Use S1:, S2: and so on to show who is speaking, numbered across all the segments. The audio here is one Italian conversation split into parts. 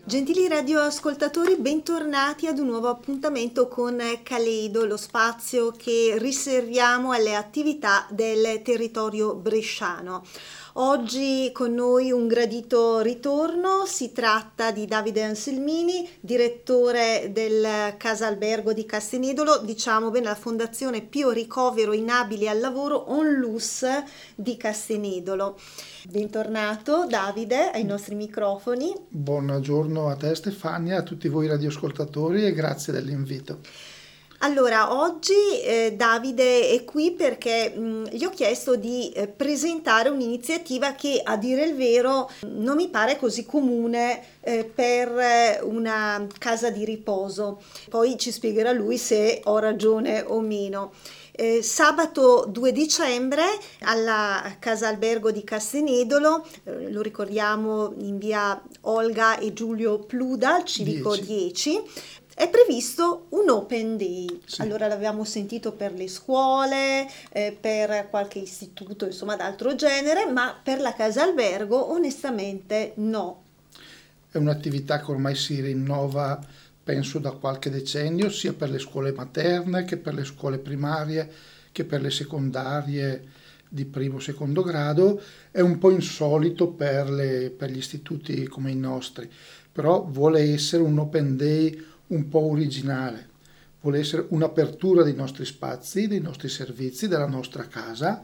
S1: Gentili radioascoltatori, bentornati ad un nuovo appuntamento con Caleido, lo spazio che riserviamo alle attività del territorio bresciano. Oggi con noi un gradito ritorno, si tratta di Davide Anselmini, direttore del Casa Albergo di Castenedolo, diciamo bene la Fondazione Pio Ricovero Inabili al Lavoro Onlus di Castenedolo. Bentornato Davide ai nostri microfoni.
S2: Buongiorno a te Stefania, a tutti voi radioascoltatori e grazie dell'invito.
S1: Allora, oggi Davide è qui perché gli ho chiesto di presentare un'iniziativa che, a dire il vero, non mi pare così comune per una casa di riposo. Poi ci spiegherà lui se ho ragione o meno. Sabato 2 dicembre alla Casa Albergo di Castenedolo, lo ricordiamo in via Olga e Giulio Pluda, al civico 10, è previsto un open day.
S2: Sì.
S1: Allora l'avevamo sentito per le scuole, per qualche istituto, insomma d'altro genere, ma per la Casa Albergo onestamente no.
S2: È un'attività che ormai si rinnova, penso, da qualche decennio, sia per le scuole materne che per le scuole primarie, che per le secondarie di primo e secondo grado. È un po' insolito per gli istituti come i nostri, però vuole essere un open day un po' originale, vuole essere un'apertura dei nostri spazi, dei nostri servizi, della nostra casa,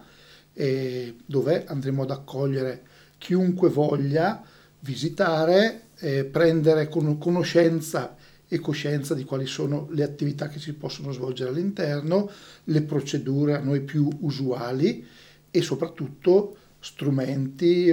S2: dove andremo ad accogliere chiunque voglia visitare, prendere conoscenza e coscienza di quali sono le attività che si possono svolgere all'interno, le procedure a noi più usuali e soprattutto strumenti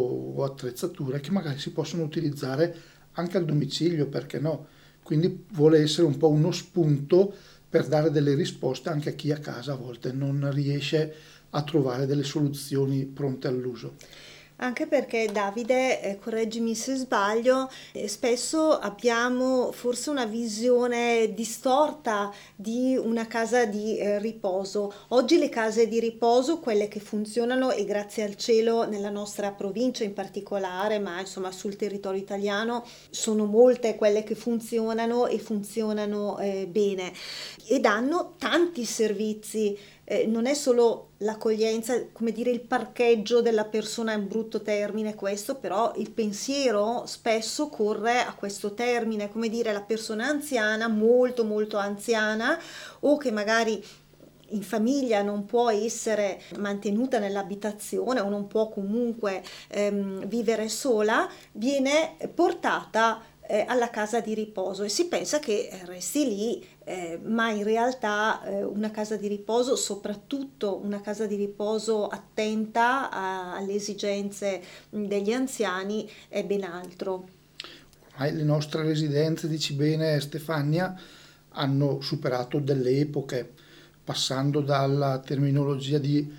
S2: o attrezzature che magari si possono utilizzare anche al domicilio, perché no? Quindi vuole essere un po' uno spunto per dare delle risposte anche a chi a casa a volte non riesce a trovare delle soluzioni pronte all'uso.
S1: Anche perché Davide, correggimi se sbaglio, spesso abbiamo forse una visione distorta di una casa di riposo. Oggi le case di riposo, quelle che funzionano e grazie al cielo nella nostra provincia in particolare, ma insomma sul territorio italiano, sono molte quelle che funzionano e funzionano bene e danno tanti servizi. Non è solo l'accoglienza, come dire, il parcheggio della persona, è un brutto termine questo, però il pensiero spesso corre a questo termine, come dire, la persona anziana, molto molto anziana, o che magari in famiglia non può essere mantenuta nell'abitazione o non può comunque vivere sola, viene portata alla casa di riposo e si pensa che resti lì, ma in realtà una casa di riposo, soprattutto una casa di riposo attenta alle esigenze degli anziani, è ben altro.
S2: Ormai le nostre residenze, dici bene Stefania, hanno superato delle epoche, passando dalla terminologia di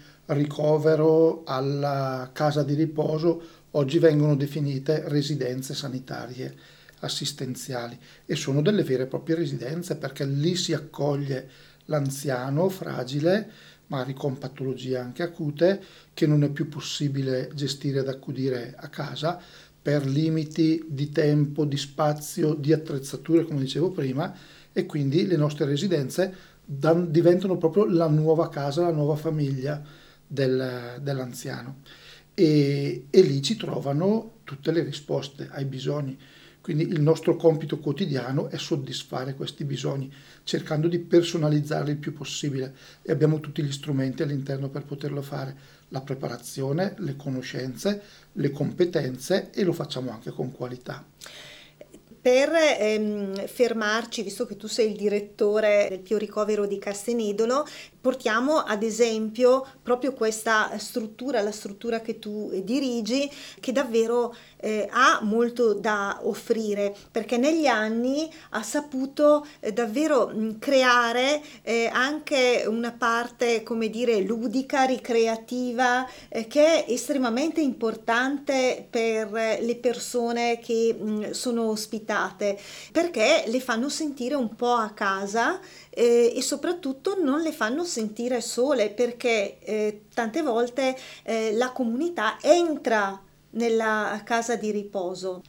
S2: ricovero alla casa di riposo. Oggi vengono definite residenze sanitarie assistenziali e sono delle vere e proprie residenze, perché lì si accoglie l'anziano fragile, magari con patologie anche acute, che non è più possibile gestire ed accudire a casa per limiti di tempo, di spazio, di attrezzature, come dicevo prima, e quindi le nostre residenze diventano proprio la nuova casa, la nuova famiglia dell'anziano. E lì ci trovano tutte le risposte ai bisogni. Quindi il nostro compito quotidiano è soddisfare questi bisogni, cercando di personalizzarli il più possibile, e abbiamo tutti gli strumenti all'interno per poterlo fare: la preparazione, le conoscenze, le competenze, e lo facciamo anche con qualità.
S1: Per fermarci, visto che tu sei il direttore del Pio Ricovero di Castenedolo, portiamo ad esempio proprio questa struttura, la struttura che tu dirigi, che davvero ha molto da offrire, perché negli anni ha saputo davvero creare anche una parte, come dire, ludica, ricreativa, che è estremamente importante per le persone che sono ospitate, perché le fanno sentire un po' a casa e soprattutto non le fanno sentire sole, perché tante volte la comunità entra nella casa di riposo.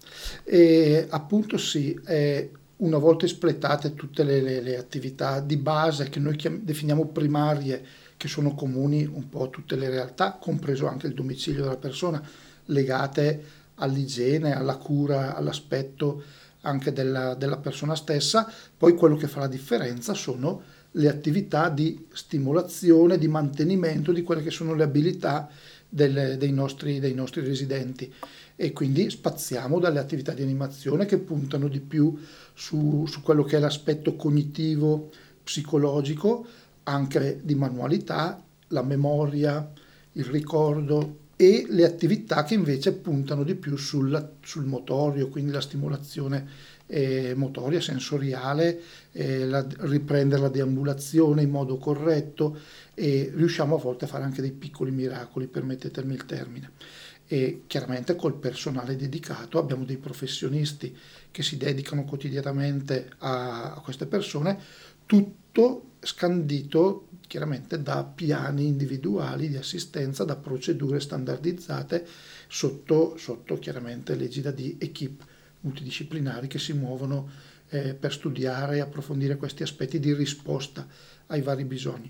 S2: E appunto sì, una volta espletate tutte le attività di base che noi definiamo primarie, che sono comuni un po' a tutte le realtà, compreso anche il domicilio della persona, legate all'igiene, alla cura, all'aspetto anche della persona stessa, poi quello che fa la differenza sono le attività di stimolazione, di mantenimento di quelle che sono le abilità dei nostri residenti, e quindi spaziamo dalle attività di animazione che puntano di più su quello che è l'aspetto cognitivo, psicologico, anche di manualità, la memoria, il ricordo, e le attività che invece puntano di più sul motorio, quindi la stimolazione motoria, sensoriale, riprendere la deambulazione in modo corretto, e riusciamo a volte a fare anche dei piccoli miracoli, permettetemi il termine. E chiaramente col personale dedicato abbiamo dei professionisti che si dedicano quotidianamente a queste persone, tutto scandito chiaramente da piani individuali di assistenza, da procedure standardizzate sotto chiaramente l'egida di equip multidisciplinari che si muovono per studiare e approfondire questi aspetti di risposta ai vari bisogni.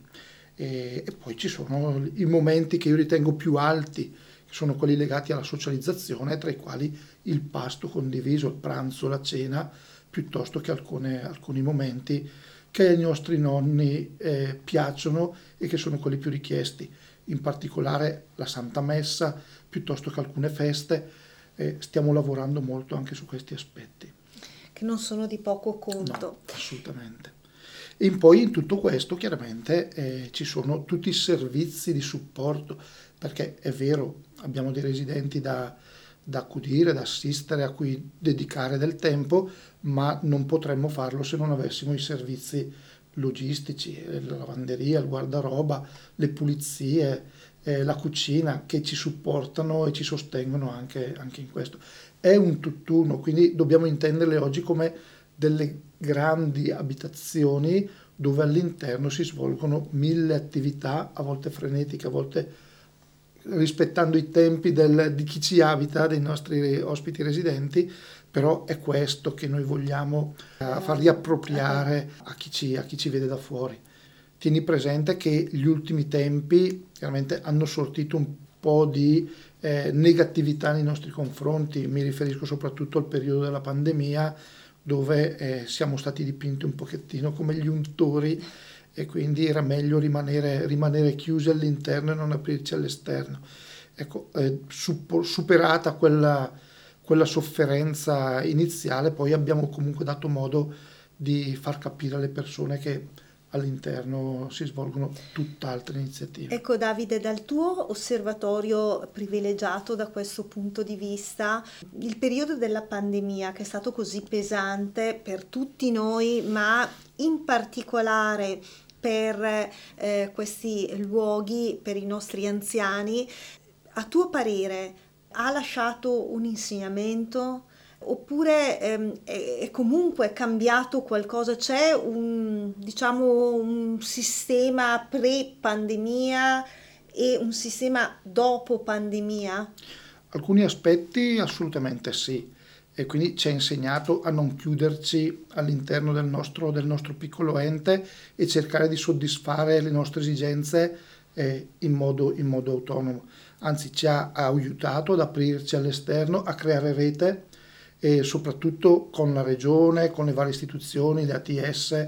S2: E poi ci sono i momenti che io ritengo più alti, che sono quelli legati alla socializzazione, tra i quali il pasto condiviso, il pranzo, la cena, piuttosto che alcuni momenti che ai nostri nonni piacciono e che sono quelli più richiesti, in particolare la Santa Messa, piuttosto che alcune feste. Stiamo lavorando molto anche su questi aspetti.
S1: Che non sono di poco conto.
S2: No, assolutamente. E poi in tutto questo chiaramente ci sono tutti i servizi di supporto, perché è vero, abbiamo dei residenti da accudire, da assistere, a cui dedicare del tempo, ma non potremmo farlo se non avessimo i servizi logistici, la lavanderia, il guardaroba, le pulizie, la cucina, che ci supportano e ci sostengono anche in questo. È un tutt'uno, quindi dobbiamo intenderle oggi come delle grandi abitazioni dove all'interno si svolgono 1000 attività, a volte frenetiche, a volte rispettando i tempi di chi ci abita, dei nostri ospiti residenti, però è questo che noi vogliamo far riappropriare a chi ci vede da fuori. Tieni presente che gli ultimi tempi chiaramente hanno sortito un po' di negatività nei nostri confronti, mi riferisco soprattutto al periodo della pandemia, dove siamo stati dipinti un pochettino come gli untori, e quindi era meglio rimanere chiusi all'interno e non aprirci all'esterno. Ecco, superata quella sofferenza iniziale, poi abbiamo comunque dato modo di far capire alle persone che all'interno si svolgono tutt'altre iniziative.
S1: Ecco Davide, dal tuo osservatorio privilegiato da questo punto di vista, il periodo della pandemia che è stato così pesante per tutti noi, ma in particolare per questi luoghi, per i nostri anziani, a tuo parere ha lasciato un insegnamento? Oppure è comunque cambiato qualcosa? C'è diciamo, un sistema pre-pandemia e un sistema dopo pandemia?
S2: Alcuni aspetti assolutamente sì, e quindi ci ha insegnato a non chiuderci all'interno del nostro piccolo ente e cercare di soddisfare le nostre esigenze in modo autonomo. Anzi, ci ha aiutato ad aprirci all'esterno, a creare rete, e soprattutto con la regione, con le varie istituzioni, le ATS,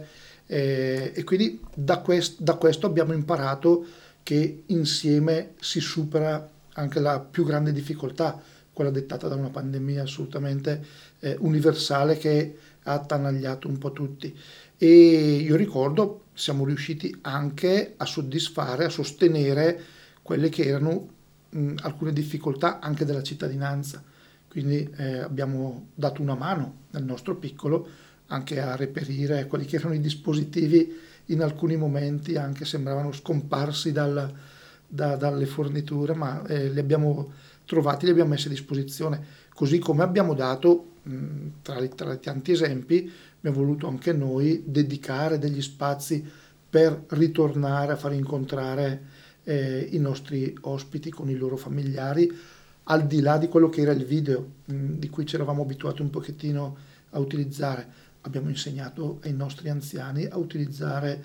S2: e quindi da questo abbiamo imparato che insieme si supera anche la più grande difficoltà, quella dettata da una pandemia assolutamente universale che ha attanagliato un po' tutti. E io ricordo, siamo riusciti anche a soddisfare, a sostenere quelle che erano alcune difficoltà anche della cittadinanza. Quindi abbiamo dato una mano nel nostro piccolo anche a reperire quelli che erano i dispositivi, in alcuni momenti anche sembravano scomparsi dalle forniture, ma li abbiamo trovati, li abbiamo messi a disposizione, così come abbiamo dato, tra i tanti esempi, abbiamo voluto anche noi dedicare degli spazi per ritornare a far incontrare i nostri ospiti con i loro familiari, al di là di quello che era il video, di cui ci eravamo abituati un pochettino a utilizzare. Abbiamo insegnato ai nostri anziani a utilizzare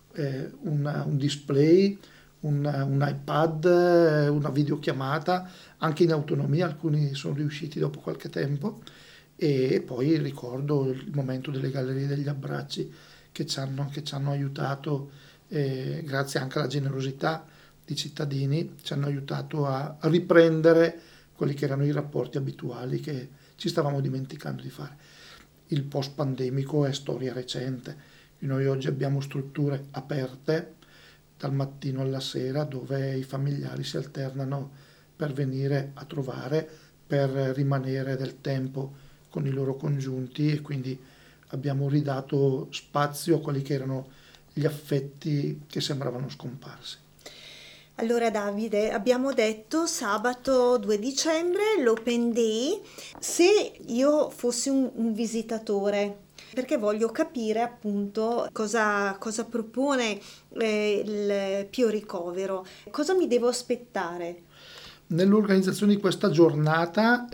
S2: un display, un iPad, una videochiamata, anche in autonomia, alcuni sono riusciti dopo qualche tempo. E poi ricordo il momento delle gallerie degli abbracci che ci hanno aiutato, grazie anche alla generosità di cittadini, ci hanno aiutato a riprendere quelli che erano i rapporti abituali che ci stavamo dimenticando di fare. Il post pandemico è storia recente. Noi oggi abbiamo strutture aperte dal mattino alla sera dove i familiari si alternano per venire a trovare, per rimanere del tempo con i loro congiunti, e quindi abbiamo ridato spazio a quelli che erano gli affetti che sembravano scomparsi.
S1: Allora Davide, abbiamo detto sabato 2 dicembre, l'Open Day. Se io fossi un visitatore, perché voglio capire appunto cosa propone il Pio Ricovero, cosa mi devo aspettare?
S2: Nell'organizzazione di questa giornata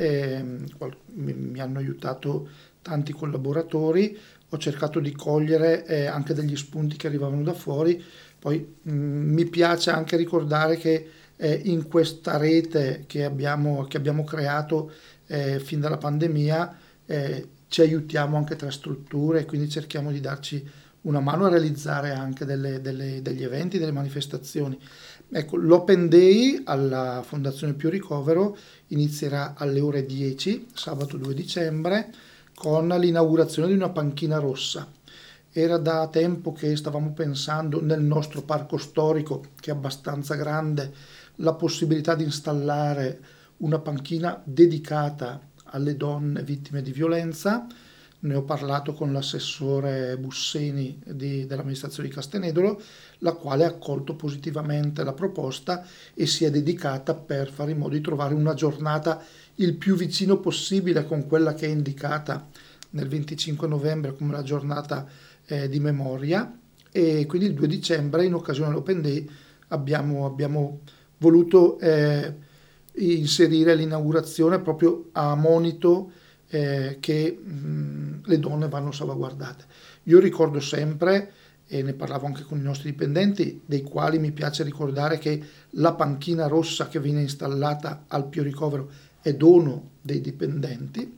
S2: mi hanno aiutato tanti collaboratori, ho cercato di cogliere anche degli spunti che arrivavano da fuori. Poi mi piace anche ricordare che in questa rete che abbiamo creato fin dalla pandemia, ci aiutiamo anche tra strutture, quindi cerchiamo di darci una mano a realizzare anche degli eventi, delle manifestazioni. Ecco, l'Open Day alla Fondazione Pio Ricovero inizierà alle ore 10, sabato 2 dicembre, con l'inaugurazione di una panchina rossa. Era da tempo che stavamo pensando nel nostro parco storico, che è abbastanza grande, la possibilità di installare una panchina dedicata alle donne vittime di violenza. Ne ho parlato con l'assessore Busseni dell'amministrazione di Castenedolo, la quale ha accolto positivamente la proposta e si è dedicata per fare in modo di trovare una giornata il più vicino possibile con quella che è indicata nel 25 novembre come la giornata di memoria. E quindi il 2 dicembre, in occasione dell'Open Day, abbiamo voluto inserire l'inaugurazione proprio a monito che le donne vanno salvaguardate. Io ricordo sempre, e ne parlavo anche con i nostri dipendenti, dei quali mi piace ricordare che la panchina rossa che viene installata al Pio Ricovero è dono dei dipendenti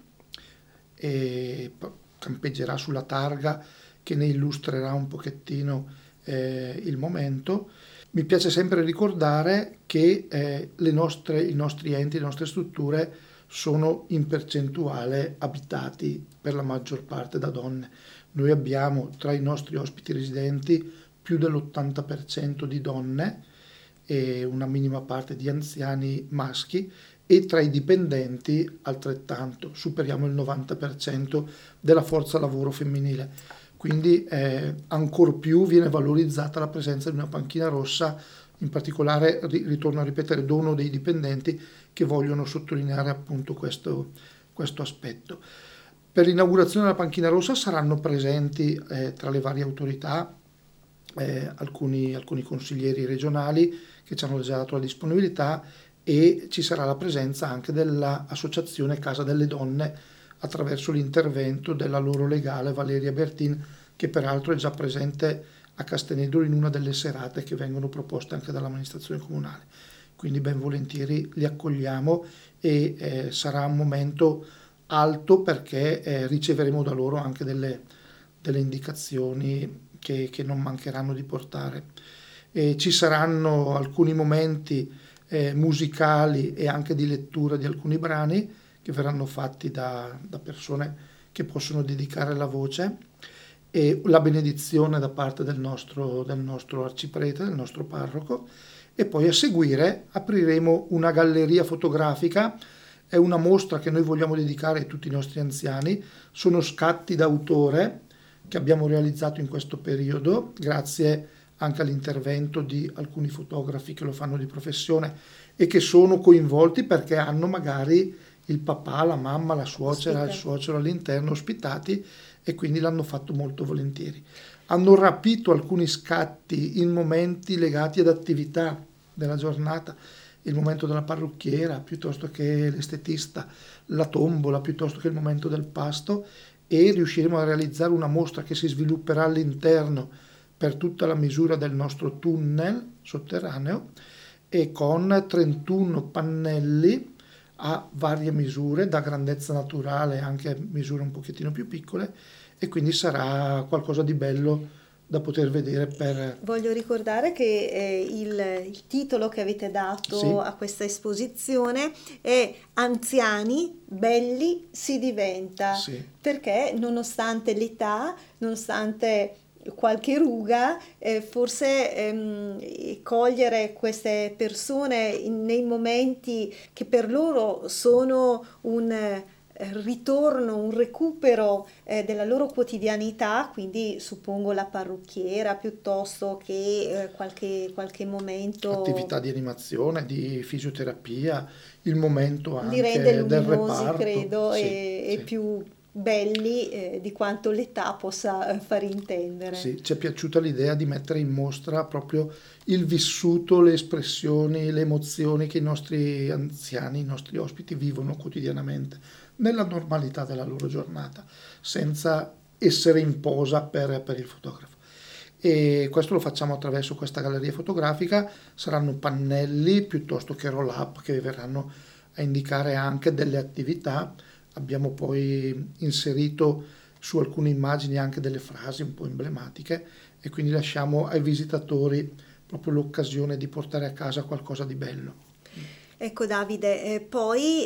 S2: e campeggerà sulla targa che ne illustrerà un pochettino il momento. Mi piace sempre ricordare che i nostri enti, le nostre strutture sono in percentuale abitati per la maggior parte da donne. Noi abbiamo tra i nostri ospiti residenti più dell'80% di donne e una minima parte di anziani maschi, e tra i dipendenti altrettanto, superiamo il 90% della forza lavoro femminile. Quindi ancor più viene valorizzata la presenza di una panchina rossa, in particolare, ritorno a ripetere, dono dei dipendenti che vogliono sottolineare appunto questo aspetto. Per l'inaugurazione della panchina rossa saranno presenti tra le varie autorità alcuni consiglieri regionali che ci hanno già dato la disponibilità, e ci sarà la presenza anche dell'associazione Casa delle Donne attraverso l'intervento della loro legale Valeria Bertin, che peraltro è già presente a Castenedolo in una delle serate che vengono proposte anche dall'amministrazione comunale. Quindi ben volentieri li accogliamo e sarà un momento alto perché riceveremo da loro anche delle indicazioni che non mancheranno di portare. Ci saranno alcuni momenti musicali e anche di lettura di alcuni brani che verranno fatti da persone che possono dedicare la voce, e la benedizione da parte del nostro arciprete, del nostro parroco, e poi a seguire apriremo una galleria fotografica. È una mostra che noi vogliamo dedicare a tutti i nostri anziani, sono scatti d'autore che abbiamo realizzato in questo periodo, grazie anche all'intervento di alcuni fotografi che lo fanno di professione e che sono coinvolti perché hanno magari il papà, la mamma, la suocera, il suocero all'interno ospitati, e quindi l'hanno fatto molto volentieri. Hanno rapito alcuni scatti in momenti legati ad attività della giornata, il momento della parrucchiera, piuttosto che l'estetista, la tombola, piuttosto che il momento del pasto, e riusciremo a realizzare una mostra che si svilupperà all'interno per tutta la misura del nostro tunnel sotterraneo, e con 31 pannelli a varie misure, da grandezza naturale anche a misure un pochettino più piccole, e quindi sarà qualcosa di bello da poter vedere per...
S1: Voglio ricordare che il titolo che avete dato
S2: Sì,
S1: a questa esposizione è Anziani, belli si diventa,
S2: sì.
S1: perché nonostante l'età, nonostante qualche ruga, forse cogliere queste persone nei momenti che per loro sono un ritorno, un recupero della loro quotidianità, quindi suppongo la parrucchiera piuttosto che qualche momento
S2: Attività di animazione, di fisioterapia, il momento
S1: li rende
S2: anche del
S1: luminosi,
S2: reparto.
S1: credo,
S2: Sì,
S1: e
S2: sì.
S1: più belli di quanto l'età possa far intendere.
S2: Sì, ci è piaciuta l'idea di mettere in mostra proprio il vissuto, le espressioni, le emozioni che i nostri anziani, i nostri ospiti vivono quotidianamente nella normalità della loro giornata, senza essere in posa per il fotografo. E questo lo facciamo attraverso questa galleria fotografica. Saranno pannelli piuttosto che roll-up che verranno a indicare anche delle attività. Abbiamo poi inserito su alcune immagini anche delle frasi un po' emblematiche, e quindi lasciamo ai visitatori proprio l'occasione di portare a casa qualcosa di bello.
S1: Ecco Davide, poi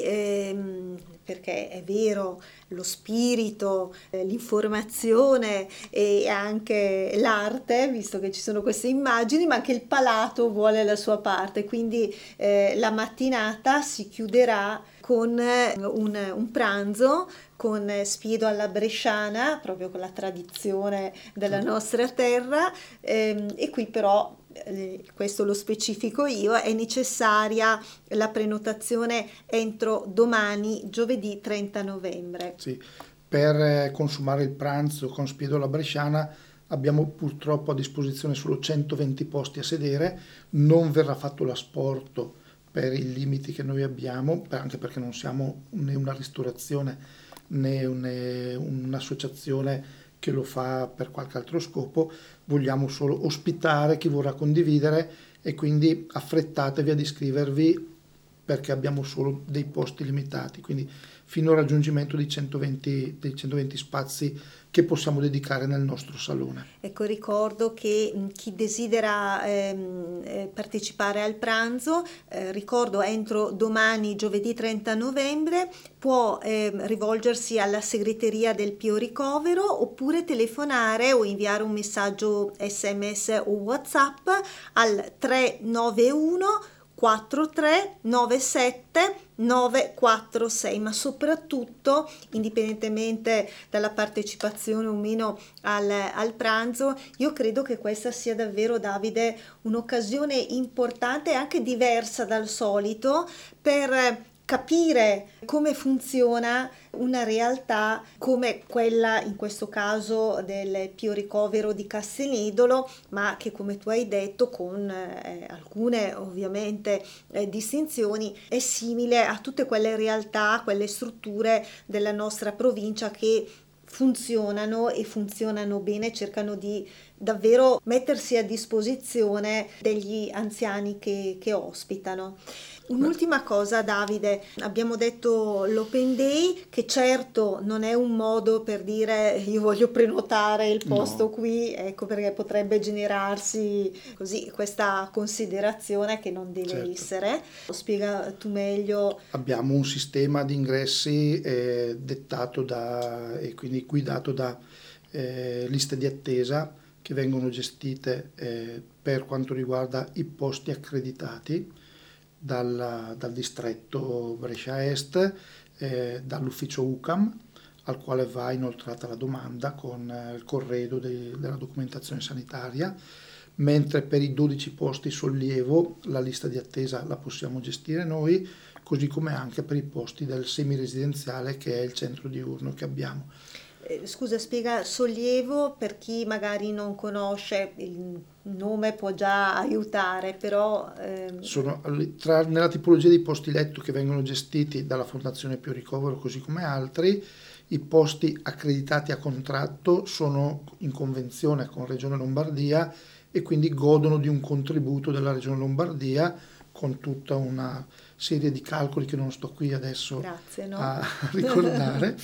S1: perché è vero, lo spirito, l'informazione e anche l'arte, visto che ci sono queste immagini, ma anche il palato vuole la sua parte, quindi la mattinata si chiuderà con un pranzo con spiedo alla bresciana, proprio con la tradizione della nostra terra, e qui però questo lo specifico io, è necessaria la prenotazione entro domani, giovedì 30 novembre.
S2: Sì, per consumare il pranzo con spiedo alla bresciana abbiamo purtroppo a disposizione solo 120 posti a sedere, non verrà fatto l'asporto per i limiti che noi abbiamo, anche perché non siamo né una ristorazione né un'associazione che lo fa per qualche altro scopo, vogliamo solo ospitare chi vorrà condividere, e quindi affrettatevi ad iscrivervi perché abbiamo solo dei posti limitati, quindi fino al raggiungimento dei 120 spazi che possiamo dedicare nel nostro salone.
S1: Ecco, ricordo che chi desidera partecipare al pranzo, ricordo entro domani, giovedì 30 novembre, può rivolgersi alla segreteria del Pio Ricovero oppure telefonare o inviare un messaggio SMS o WhatsApp al 391 4397 946, ma soprattutto, indipendentemente dalla partecipazione o meno al pranzo, io credo che questa sia davvero, Davide, un'occasione importante e anche diversa dal solito per capire come funziona una realtà come quella, in questo caso, del Pio Ricovero di Castelnidolo, ma che, come tu hai detto, con alcune ovviamente distinzioni, è simile a tutte quelle realtà, quelle strutture della nostra provincia che funzionano e funzionano bene, cercano di davvero mettersi a disposizione degli anziani che ospitano. Un'ultima cosa, Davide, abbiamo detto l'Open Day, che certo non è un modo per dire io voglio prenotare il posto
S2: No,
S1: qui, ecco, perché potrebbe generarsi così questa considerazione che non deve
S2: certo.
S1: essere. Spiega tu meglio.
S2: Abbiamo un sistema di ingressi dettato e quindi guidato da liste di attesa che vengono gestite per quanto riguarda i posti accreditati dal distretto Brescia Est, dall'ufficio UCAM, al quale va inoltrata la domanda con il corredo della documentazione sanitaria, mentre per i 12 posti sollievo la lista di attesa la possiamo gestire noi, così come anche per i posti del semiresidenziale, che è il centro diurno che abbiamo.
S1: Scusa, spiega sollievo per chi magari non conosce, il nome può già aiutare, però
S2: Nella tipologia di posti letto che vengono gestiti dalla Fondazione Pio Ricovero, così come altri, i posti accreditati a contratto sono in convenzione con Regione Lombardia e quindi godono di un contributo della Regione Lombardia con tutta una serie di calcoli che non sto qui adesso
S1: grazie, no?
S2: a ricordare.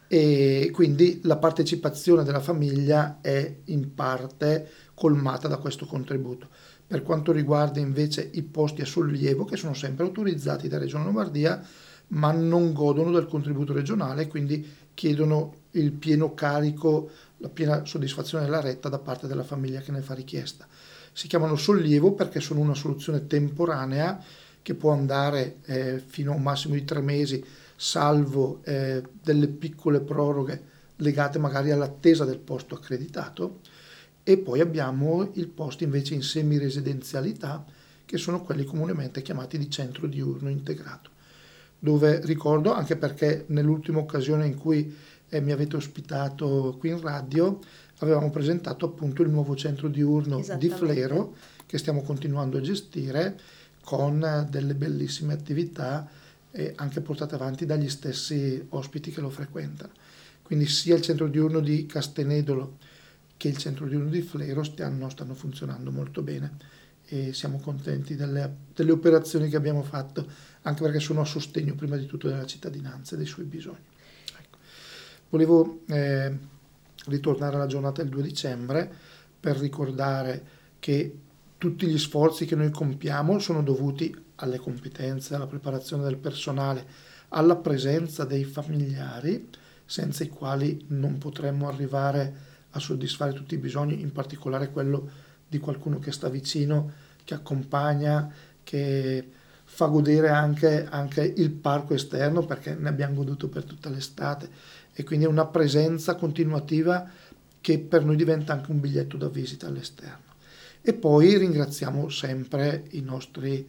S2: E quindi la partecipazione della famiglia è in parte colmata da questo contributo. Per quanto riguarda invece i posti a sollievo, che sono sempre autorizzati da Regione Lombardia, ma non godono del contributo regionale, quindi chiedono il pieno carico, la piena soddisfazione della retta da parte della famiglia che ne fa richiesta. Si chiamano sollievo perché sono una soluzione temporanea che può andare fino a un massimo di 3 mesi, salvo delle piccole proroghe legate magari all'attesa del posto accreditato. E poi abbiamo il posto invece in semiresidenzialità, che sono quelli comunemente chiamati di centro diurno integrato, dove ricordo, anche perché nell'ultima occasione in cui mi avete ospitato qui in radio, avevamo presentato appunto il nuovo centro diurno di Flero, che stiamo continuando a gestire con delle bellissime attività anche portate avanti dagli stessi ospiti che lo frequentano. Quindi sia il centro diurno di Castenedolo che il centro diurno di Flero stanno funzionando molto bene e siamo contenti delle operazioni che abbiamo fatto, anche perché sono a sostegno prima di tutto della cittadinanza e dei suoi bisogni. Ecco. Volevo ritornare alla giornata del 2 dicembre per ricordare che tutti gli sforzi che noi compiamo sono dovuti alle competenze, alla preparazione del personale, alla presenza dei familiari, senza i quali non potremmo arrivare a soddisfare tutti i bisogni, in particolare quello di qualcuno che sta vicino, che accompagna, che fa godere anche il parco esterno, perché ne abbiamo goduto per tutta l'estate, e quindi è una presenza continuativa che per noi diventa anche un biglietto da visita all'esterno. E poi ringraziamo sempre i nostri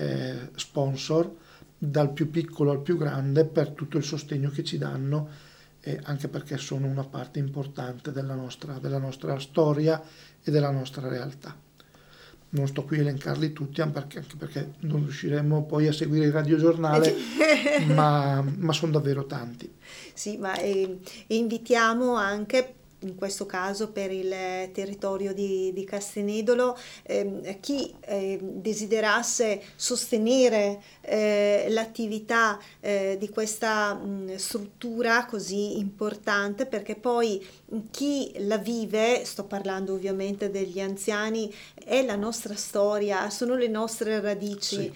S2: sponsor, dal più piccolo al più grande, per tutto il sostegno che ci danno, anche perché sono una parte importante della nostra storia e della nostra realtà. Non sto qui a elencarli tutti, anche perché non riusciremo poi a seguire il radiogiornale, ma sono davvero tanti.
S1: Sì, ma invitiamo anche, in questo caso per il territorio di Castenedolo, chi desiderasse sostenere l'attività di questa struttura così importante, perché poi chi la vive, sto parlando ovviamente degli anziani, è la nostra storia, sono le nostre radici. Sì.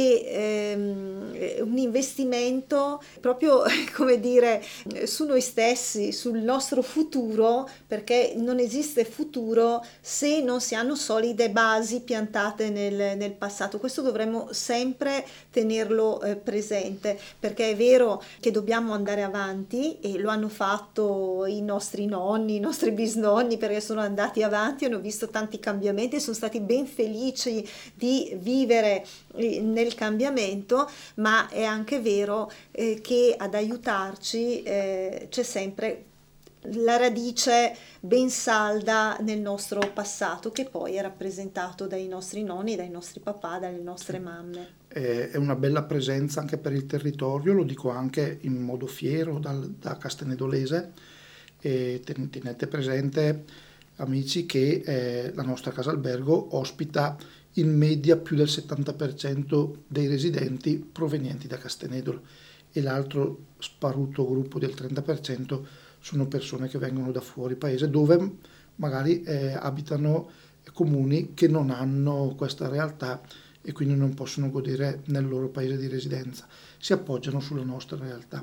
S1: E un investimento proprio, come dire, su noi stessi, sul nostro futuro, perché non esiste futuro se non si hanno solide basi piantate nel passato. Questo dovremmo sempre tenerlo presente, perché è vero che dobbiamo andare avanti, e lo hanno fatto i nostri nonni, i nostri bisnonni, perché sono andati avanti, hanno visto tanti cambiamenti e sono stati ben felici di vivere nel cambiamento, ma è anche vero che ad aiutarci c'è sempre la radice ben salda nel nostro passato, che poi è rappresentato dai nostri nonni, dai nostri papà, dalle nostre mamme.
S2: È una bella presenza anche per il territorio, lo dico anche in modo fiero da castenedolese. Tenete presente, amici, che la nostra casa albergo ospita in media più del 70% dei residenti provenienti da Castenedolo, e l'altro sparuto gruppo del 30% sono persone che vengono da fuori paese, dove magari abitano comuni che non hanno questa realtà e quindi non possono godere nel loro paese di residenza, si appoggiano sulla nostra realtà.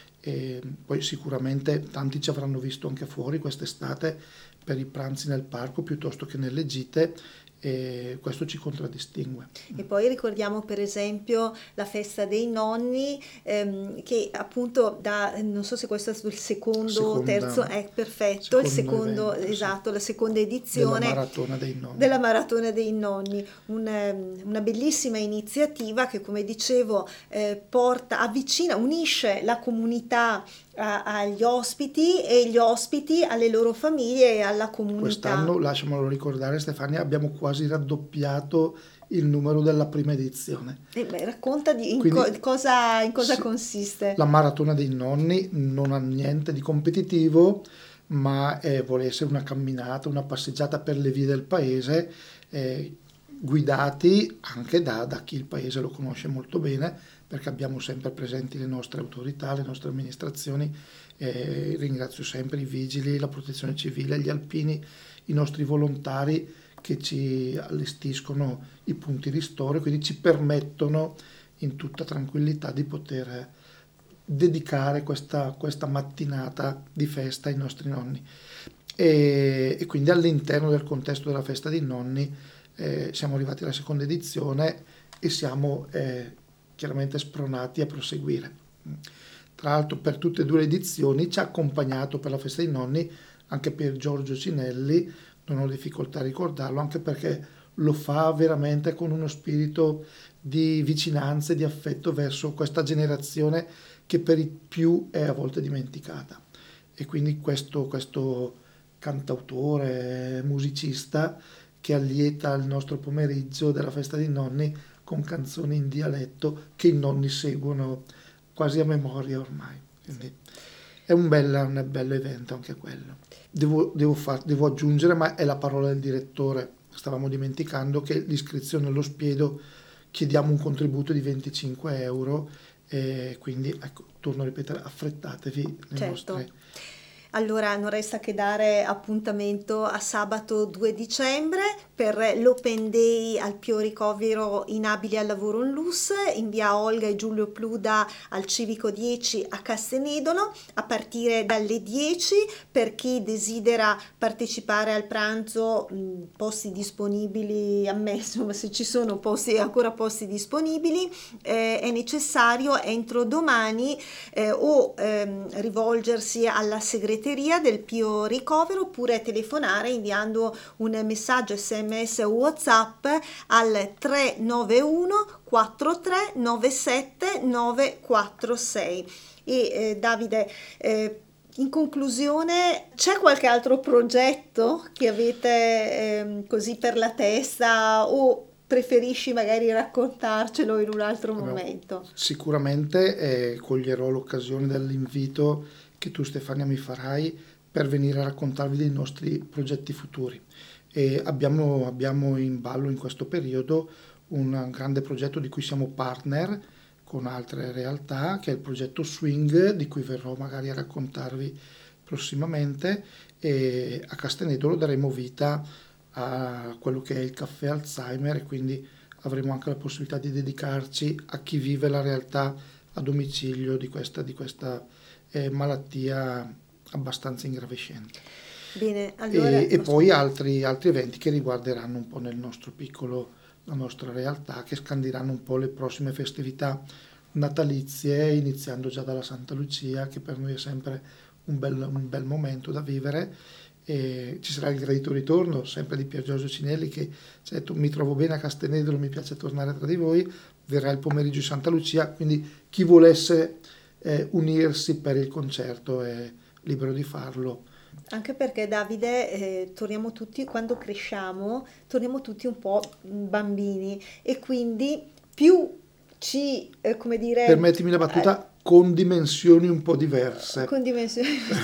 S2: E poi sicuramente tanti ci avranno visto anche fuori quest'estate per i pranzi nel parco piuttosto che nelle gite, e questo ci contraddistingue.
S1: E poi ricordiamo per esempio la festa dei nonni, che appunto non so se questo è il secondo, terzo, è perfetto, il secondo evento, esatto, sì. La seconda edizione
S2: della
S1: Maratona dei Nonni, una bellissima iniziativa che, come dicevo, avvicina, unisce la comunità agli ospiti e gli ospiti alle loro famiglie e alla comunità.
S2: Quest'anno, lasciamolo ricordare Stefania, abbiamo quasi raddoppiato il numero della prima edizione.
S1: Racconta in
S2: Quindi,
S1: cosa
S2: sì,
S1: consiste.
S2: la Maratona dei Nonni non ha niente di competitivo, ma vuole essere una camminata, una passeggiata per le vie del paese, guidati anche da chi il paese lo conosce molto bene, perché abbiamo sempre presenti le nostre autorità, le nostre amministrazioni. Ringrazio sempre i vigili, la protezione civile, gli alpini, i nostri volontari che ci allestiscono i punti ristoro, quindi ci permettono in tutta tranquillità di poter dedicare questa mattinata di festa ai nostri nonni. E quindi all'interno del contesto della festa dei nonni siamo arrivati alla seconda edizione e siamo chiaramente spronati a proseguire. Tra l'altro per tutte e due le edizioni ci ha accompagnato per la festa dei nonni anche per Giorgio Cinelli, non ho difficoltà a ricordarlo, anche perché lo fa veramente con uno spirito di vicinanza e di affetto verso questa generazione che per i più è a volte dimenticata. E quindi questo cantautore, musicista, che allieta il nostro pomeriggio della festa dei nonni con canzoni in dialetto che i nonni seguono quasi a memoria ormai. Quindi è un bello evento anche quello. Devo aggiungere, ma è la parola del direttore, stavamo dimenticando che l'iscrizione allo Spiedo chiediamo un contributo di 25 euro, e quindi ecco, torno a ripetere, affrettatevi le
S1: Certo.
S2: nostre...
S1: Allora non resta che dare appuntamento a sabato 2 dicembre per l'Open Day al Pio Ricovero Inabili al Lavoro in LUS in via Olga e Giulio Pluda al Civico 10 a Castenedolo a partire dalle 10. Per chi desidera partecipare al pranzo, posti disponibili ammesso, ma se ci sono ancora posti disponibili, è necessario entro domani rivolgersi alla segreteria del Pio Ricovero oppure telefonare inviando un messaggio SMS o WhatsApp al 391 43 97 946. Davide, in conclusione, c'è qualche altro progetto che avete così per la testa o preferisci magari raccontarcelo in un altro momento?
S2: Sicuramente coglierò l'occasione dell'invito che tu Stefania mi farai per venire a raccontarvi dei nostri progetti futuri. E abbiamo in ballo in questo periodo un grande progetto di cui siamo partner con altre realtà, che è il progetto Swing, di cui verrò magari a raccontarvi prossimamente, e a Castenedolo daremo vita a quello che è il caffè Alzheimer e quindi avremo anche la possibilità di dedicarci a chi vive la realtà a domicilio di questa malattia abbastanza ingravescente.
S1: Bene, allora...
S2: E poi altri eventi che riguarderanno un po' nel nostro piccolo, la nostra realtà, che scandiranno un po' le prossime festività natalizie, iniziando già dalla Santa Lucia, che per noi è sempre un bel momento da vivere. E ci sarà il gradito ritorno sempre di Pier Giorgio Cinelli, che ci ha detto: mi trovo bene a Castenedolo, mi piace tornare tra di voi. Verrà il pomeriggio di Santa Lucia, quindi chi volesse unirsi per il concerto è libero di farlo.
S1: Anche perché Davide, torniamo tutti, quando cresciamo, torniamo tutti un po' bambini e quindi più ci, come dire...
S2: Permettimi la battuta, con dimensioni un po' diverse.
S1: Con dimensioni...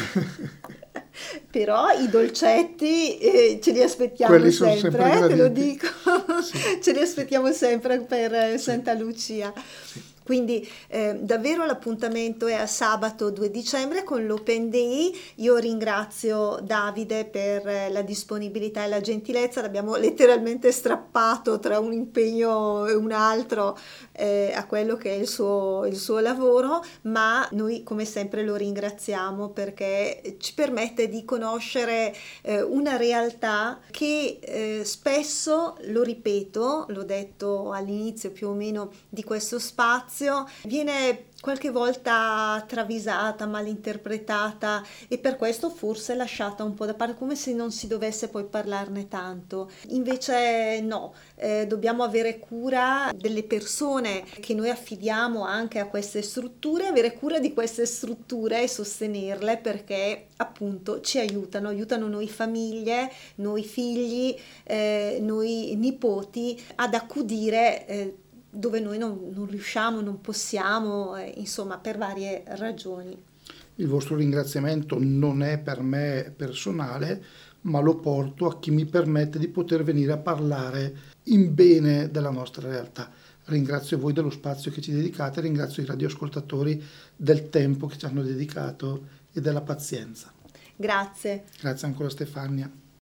S1: Però i dolcetti ce li aspettiamo
S2: Quelli sono sempre
S1: te lo dico,
S2: sì.
S1: Ce li aspettiamo sempre per Santa Lucia.
S2: Sì.
S1: Quindi davvero l'appuntamento è a sabato 2 dicembre con l'Open Day. Io ringrazio Davide per la disponibilità e la gentilezza, l'abbiamo letteralmente strappato tra un impegno e un altro a quello che è il suo lavoro, ma noi come sempre lo ringraziamo perché ci permette di conoscere una realtà che spesso, lo ripeto, l'ho detto all'inizio più o meno di questo spazio, spazio viene qualche volta travisata, malinterpretata e per questo forse lasciata un po' da parte, come se non si dovesse poi parlarne tanto. Invece no, dobbiamo avere cura delle persone che noi affidiamo anche a queste strutture, avere cura di queste strutture e sostenerle perché appunto ci aiutano noi famiglie, noi figli, noi nipoti ad accudire dove noi non riusciamo, non possiamo, insomma, per varie ragioni.
S2: Il vostro ringraziamento non è per me personale, ma lo porto a chi mi permette di poter venire a parlare in bene della nostra realtà. Ringrazio voi dello spazio che ci dedicate, ringrazio i radioascoltatori del tempo che ci hanno dedicato e della pazienza.
S1: Grazie.
S2: Grazie ancora Stefania.